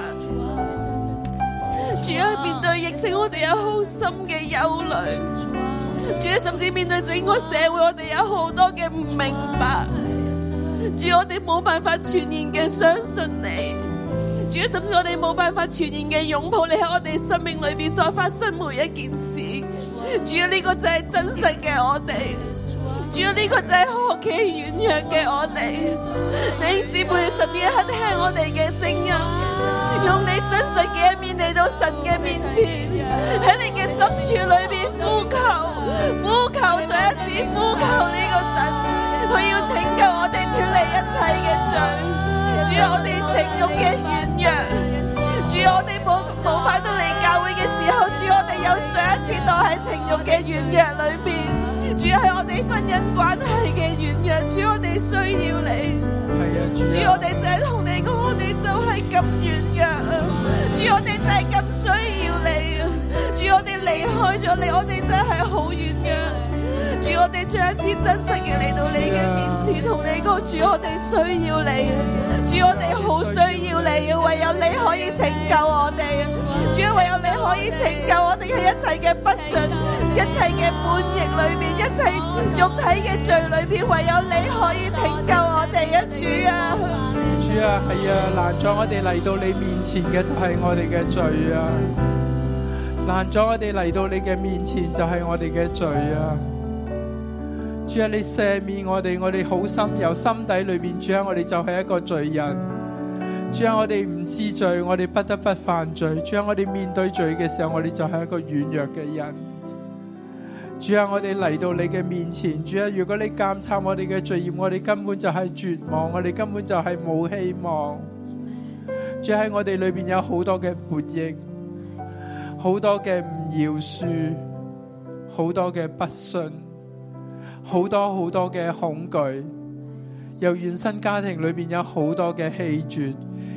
主啊，面對疫情，我哋有好深嘅憂慮。主啊，甚至面對整個社會，我哋有好多嘅唔明白。主啊，我哋冇辦法全然嘅相信你。主啊，甚至我哋冇辦法全然嘅擁抱你喺我哋生命裏邊所發生每一件事。主啊，呢個就係真實嘅我哋。主啊，呢個就係何其軟弱嘅我哋。弟兄姊妹，神呢一刻聽我哋嘅聲音，用你真實嘅一面嚟到神嘅面前，喺你嘅深處裏邊呼求，呼求，再一次呼求呢個神，佢要拯救我哋脫離一切嘅罪。主啊，我哋情慾嘅軟弱，主啊，我哋冇冇返到嚟教會嘅時候，主啊，我哋又再一次墮喺情慾嘅軟弱裏邊。主啊，係我哋婚姻關係嘅軟弱，主，我哋需要你。係啊，主，主，我哋就係同你講，我哋就係咁軟弱啊！主，我哋就係咁需要你啊！主，我哋離開咗你，我哋真係好軟弱。主，我哋再一次真實嘅嚟到你嘅面前，同你講，主，我哋需要你啊！主，我哋好需要你啊！唯有你可以拯救我哋啊！主，唯有你可以拯救我哋喺一切嘅不信、一切嘅叛逆裏面、一切肉體嘅罪裏邊，唯有你可以拯救我哋啊！主啊！ 主啊，係啊，攔咗我哋嚟到你面前嘅就係我哋嘅罪啊！攔咗我哋嚟到你嘅面前就係我哋嘅罪啊！主啊，你赦免我哋，我哋好心由心底裏邊，主啊，我哋就係一個罪人。主啊，我哋唔知罪，我哋不得不犯罪。主啊，我哋面對罪嘅時候，我哋就係一個軟弱嘅人。主啊，我哋嚟到你嘅面前，主啊，如果你監察我哋嘅罪孽，我哋根本就係絕望，我哋根本就係冇希望。主啊，喺我哋裏邊有好多嘅悖逆，好多嘅唔饒恕，好多嘅不信，好多好多嘅恐懼，由原生家庭裏邊有好多嘅棄絕，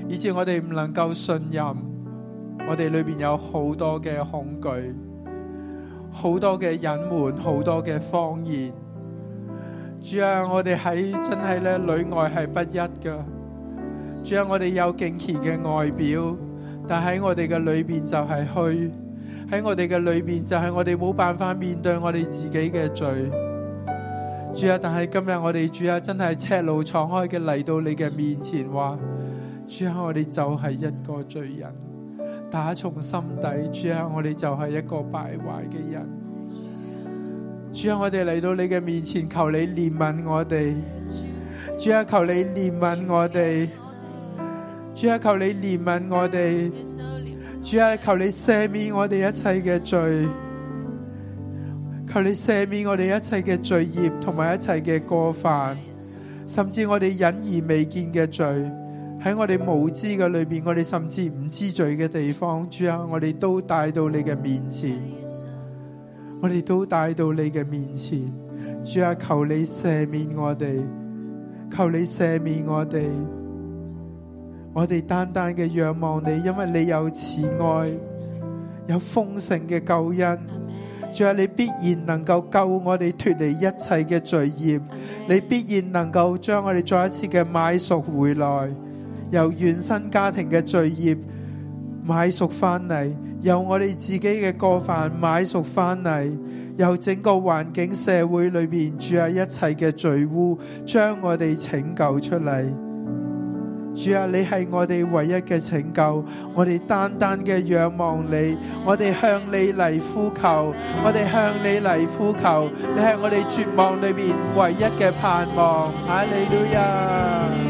以致我哋唔能夠信任，我哋裏邊有好多嘅恐懼，好多嘅隱瞞，好多嘅謊言。主啊，我哋喺真係咧裏外係不一噶。主啊，我哋有敬虔嘅外表，但喺我哋嘅裏邊就係虛，喺我哋嘅裏邊就係我哋冇辦法面對我哋自己嘅罪。主啊，但係今日我哋主啊真係赤露敞開嘅嚟到你嘅面前話，主啊，我哋就係一個罪人，打從心底，主啊，我哋就係一個敗壞嘅人。主啊，我哋嚟到你嘅面前，求你憐憫我哋。主啊，求你憐憫我哋。主啊，求你憐憫我哋。主啊，求你赦免我哋一切嘅罪。求你赦免我哋一切嘅罪孽同埋一切嘅過犯，甚至我哋隱而未見嘅罪，喺我哋無知嘅裏邊，我哋甚至唔知罪嘅地方，主啊，我哋都帶到你嘅面前。我哋都帶到你嘅面前。主啊，求你赦免我哋，求你赦免我哋。我哋單單嘅仰望你，因為你有慈愛，有豐盛嘅救恩。主啊，你必然能夠救我哋脫離一切嘅罪孽，你必然能夠將我哋再一次嘅買贖回來，由原生家庭嘅罪孽買贖翻嚟，由我哋自己嘅過犯買贖翻嚟，由整個環境社會裏邊，主啊，一切嘅罪污將我哋拯救出嚟。主啊，你係我哋唯一嘅拯救，我哋單單嘅仰望你，我哋向你嚟呼求，我哋向你嚟呼求，你係我哋絕望裏面唯一嘅盼望。哈利路亞。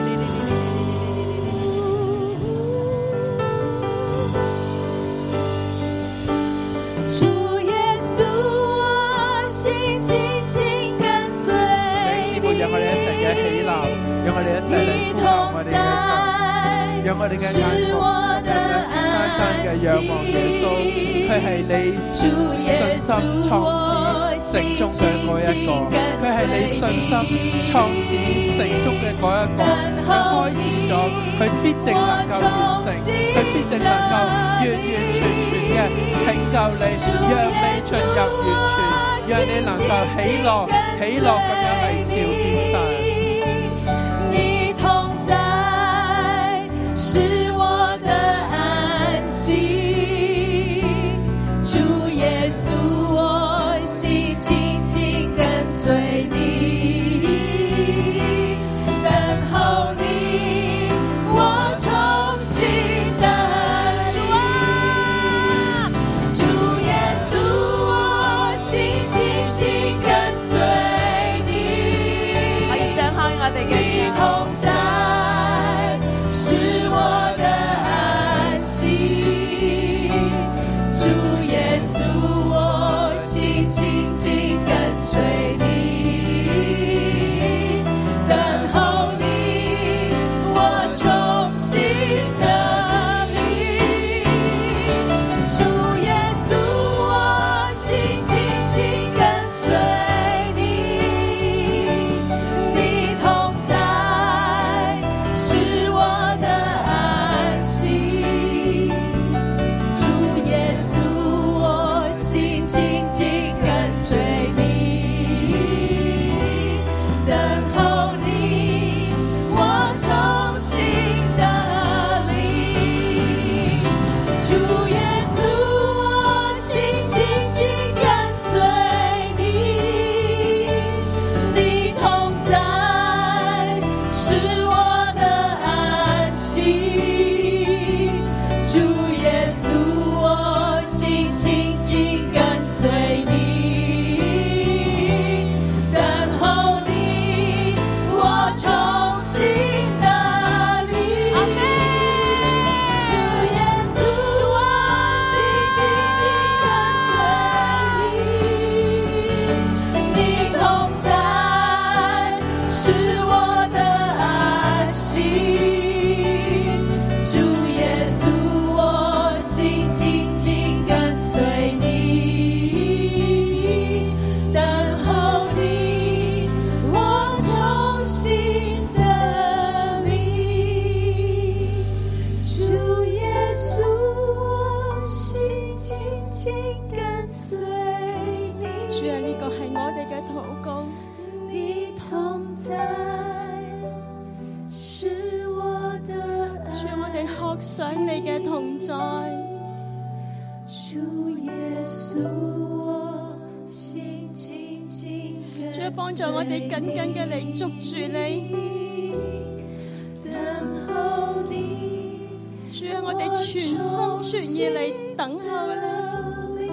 讓我哋一齊嚟呼求我哋嘅神，讓我哋嘅眼光單單嘅仰望耶穌，佢係你信心創始成終嘅嗰一個，佢係你信心創始成終嘅嗰一個，佢開始咗，佢必定能夠完成，佢必定能夠完完全全嘅拯救你，讓你進入完全，讓你能夠喜樂喜樂咁樣嚟朝見神。 是我的安息，主耶稣，我心紧紧跟随你，等候你，我重新的主啊，主耶稣，我心紧紧跟随你，可以張開我哋嘅手，同在。是我的安息，主耶穌，我心緊緊跟隨你，等候你，我重新得力。主耶穌，我心緊緊跟隨你，你同在，是我想你嘅同在。 主耶穌，我心緊緊跟隨你， 主啊，幫助我哋緊緊嘅嚟捉住你。 等候你， 主啊，我哋全心全意嚟等候你。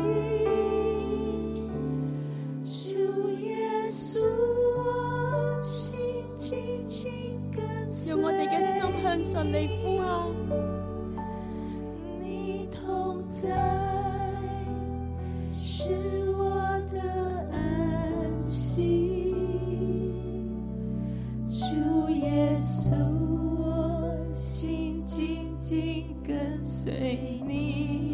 主耶穌，我心緊緊跟隨， 用我哋嘅心向神嚟呼喊。 你同在是我的安息。主耶穌，我心緊緊跟隨你，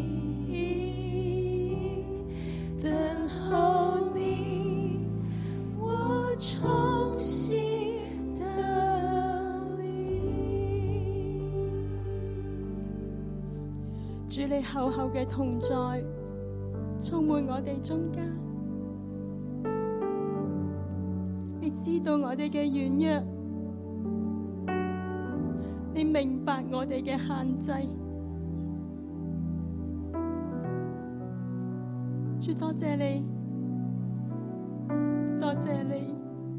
等候你，我重新得力。 主你厚厚嘅同在充滿我哋中間，你知道我哋嘅軟弱，你明白我哋嘅限制。主多謝你，多謝你，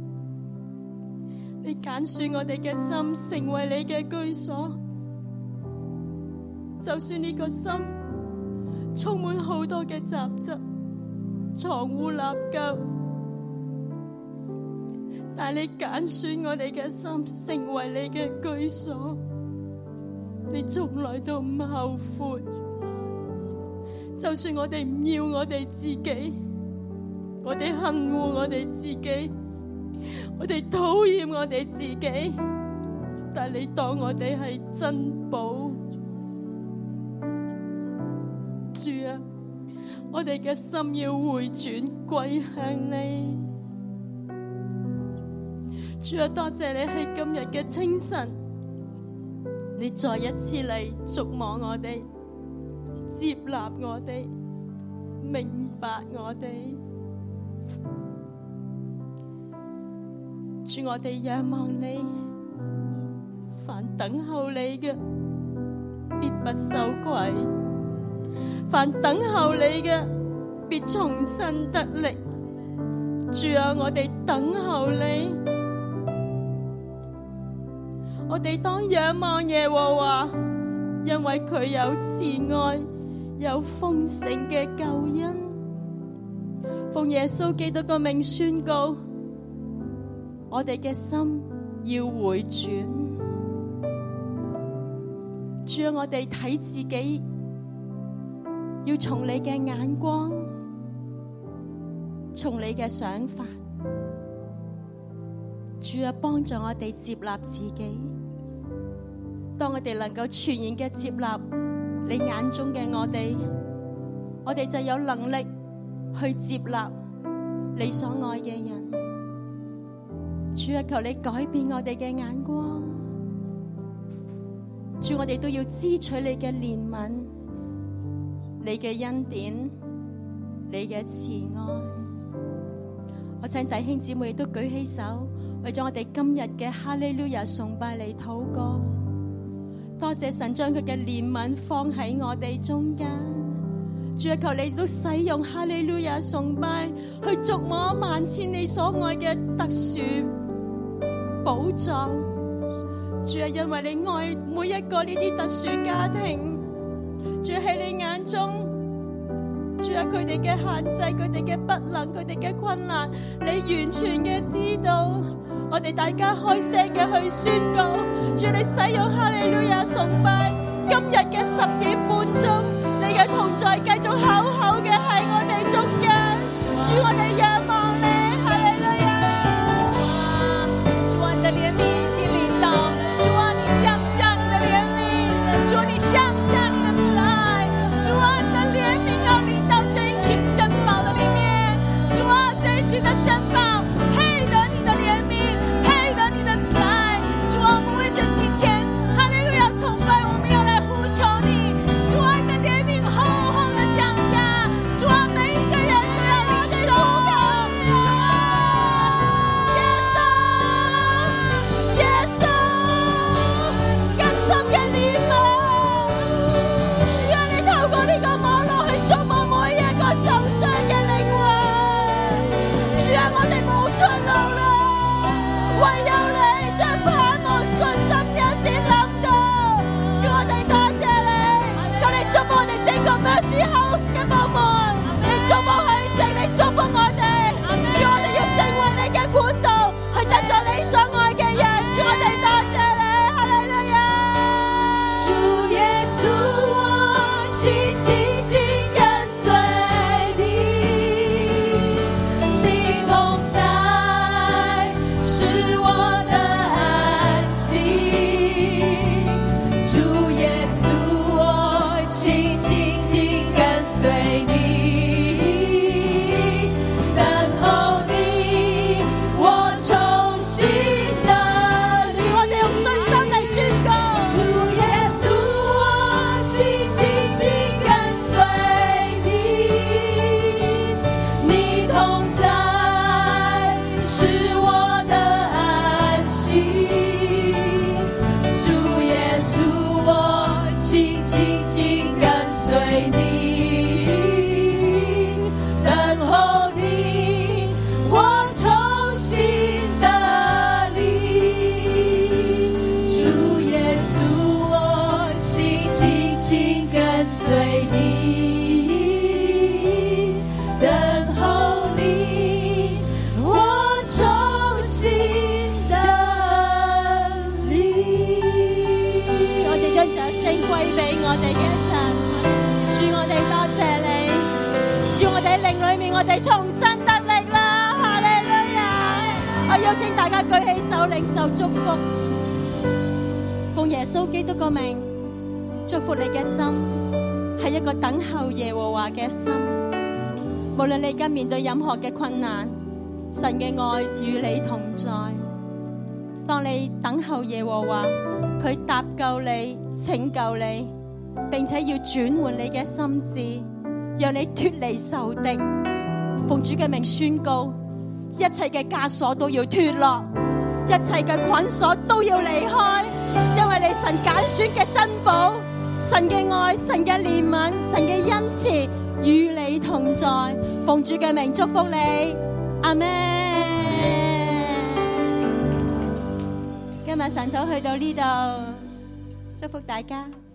你揀選我哋嘅心成為你嘅居所。就算呢個心充滿好多嘅雜質、藏污納垢，但你揀選我哋嘅心成為你嘅居所，你從來都唔後悔。就算我哋唔要我哋自己，我哋恨惡我哋自己，我哋討厭我哋自己，但你當我哋係珍寶。主啊，我哋嘅心要回轉歸向你。主啊，多謝你喺今日嘅清晨，你再一次嚟觸摸我哋，接納我哋，明白我哋。主，我哋仰望你，凡等候你嘅，必不羞愧。凡等候你嘅，必重新得力。主啊，我哋等候你，我哋當仰望耶和華，因為佢有慈愛，有豐盛嘅救恩。奉耶穌基督個名宣告，我哋嘅心要回轉。主啊，我哋睇自己，要從你嘅眼光，從你嘅想法，主啊，幫助我哋接納自己。當我哋能夠全然嘅接納你眼中嘅我哋，我哋就有能力去接納你所愛嘅人。主啊，求你改變我哋嘅眼光。主，我哋都要支取你嘅憐憫，你嘅恩典，你嘅慈愛。我請弟兄姊妹都舉起手，為咗我哋今日嘅哈利路亞崇拜嚟禱告。多謝神將佢嘅憐憫放喺我哋中間。主啊，求你都使用哈利路亞崇拜去觸摸萬千你所愛嘅特殊寶藏。主啊，因為你愛每一個呢啲特殊家庭，主喺你眼中，主啊，佢哋嘅限制，佢哋嘅不能，佢哋嘅困難，你完全嘅知道。我哋大家開聲嘅去宣告，主你使用哈利路亞崇拜，今日嘅十點半鐘，你嘅同在繼續厚厚嘅喺我哋中間。主，我哋仰望你，哈利路亞。主啊，你的憐憫已經臨到，主啊，你降下你的憐憫，主啊，你降下你的慈愛，主啊，你的憐憫要臨到這一群珍寶的裡面，主啊，這一群的珍寶配得你的憐憫，配得你的慈愛。主啊，我們為着今天哈利路亞崇拜，我們要來呼求你，主啊，你的憐憫厚厚的降下，主啊，每一個人都要領受到。 我哋嘅神，主我哋多謝你，主我哋靈裏面我哋重新得力啦，哈利路亞！我邀請大家舉起手領受祝福，奉耶穌基督個名，祝福你嘅心係一個等候耶和華嘅心。無論你而家面對任何嘅困難，神嘅愛與你同在。當你等候耶和華，佢搭救你、拯救你，並且要轉換你嘅心智，讓你脫離仇敵。奉主嘅名宣告，一切嘅枷鎖都要脫落，一切嘅捆鎖都要離開，因為你神揀選嘅珍寶，神嘅愛、神嘅憐憫、神嘅恩慈與你同在。奉主嘅名祝福你，阿們。今日神禱去到呢度，祝福大家。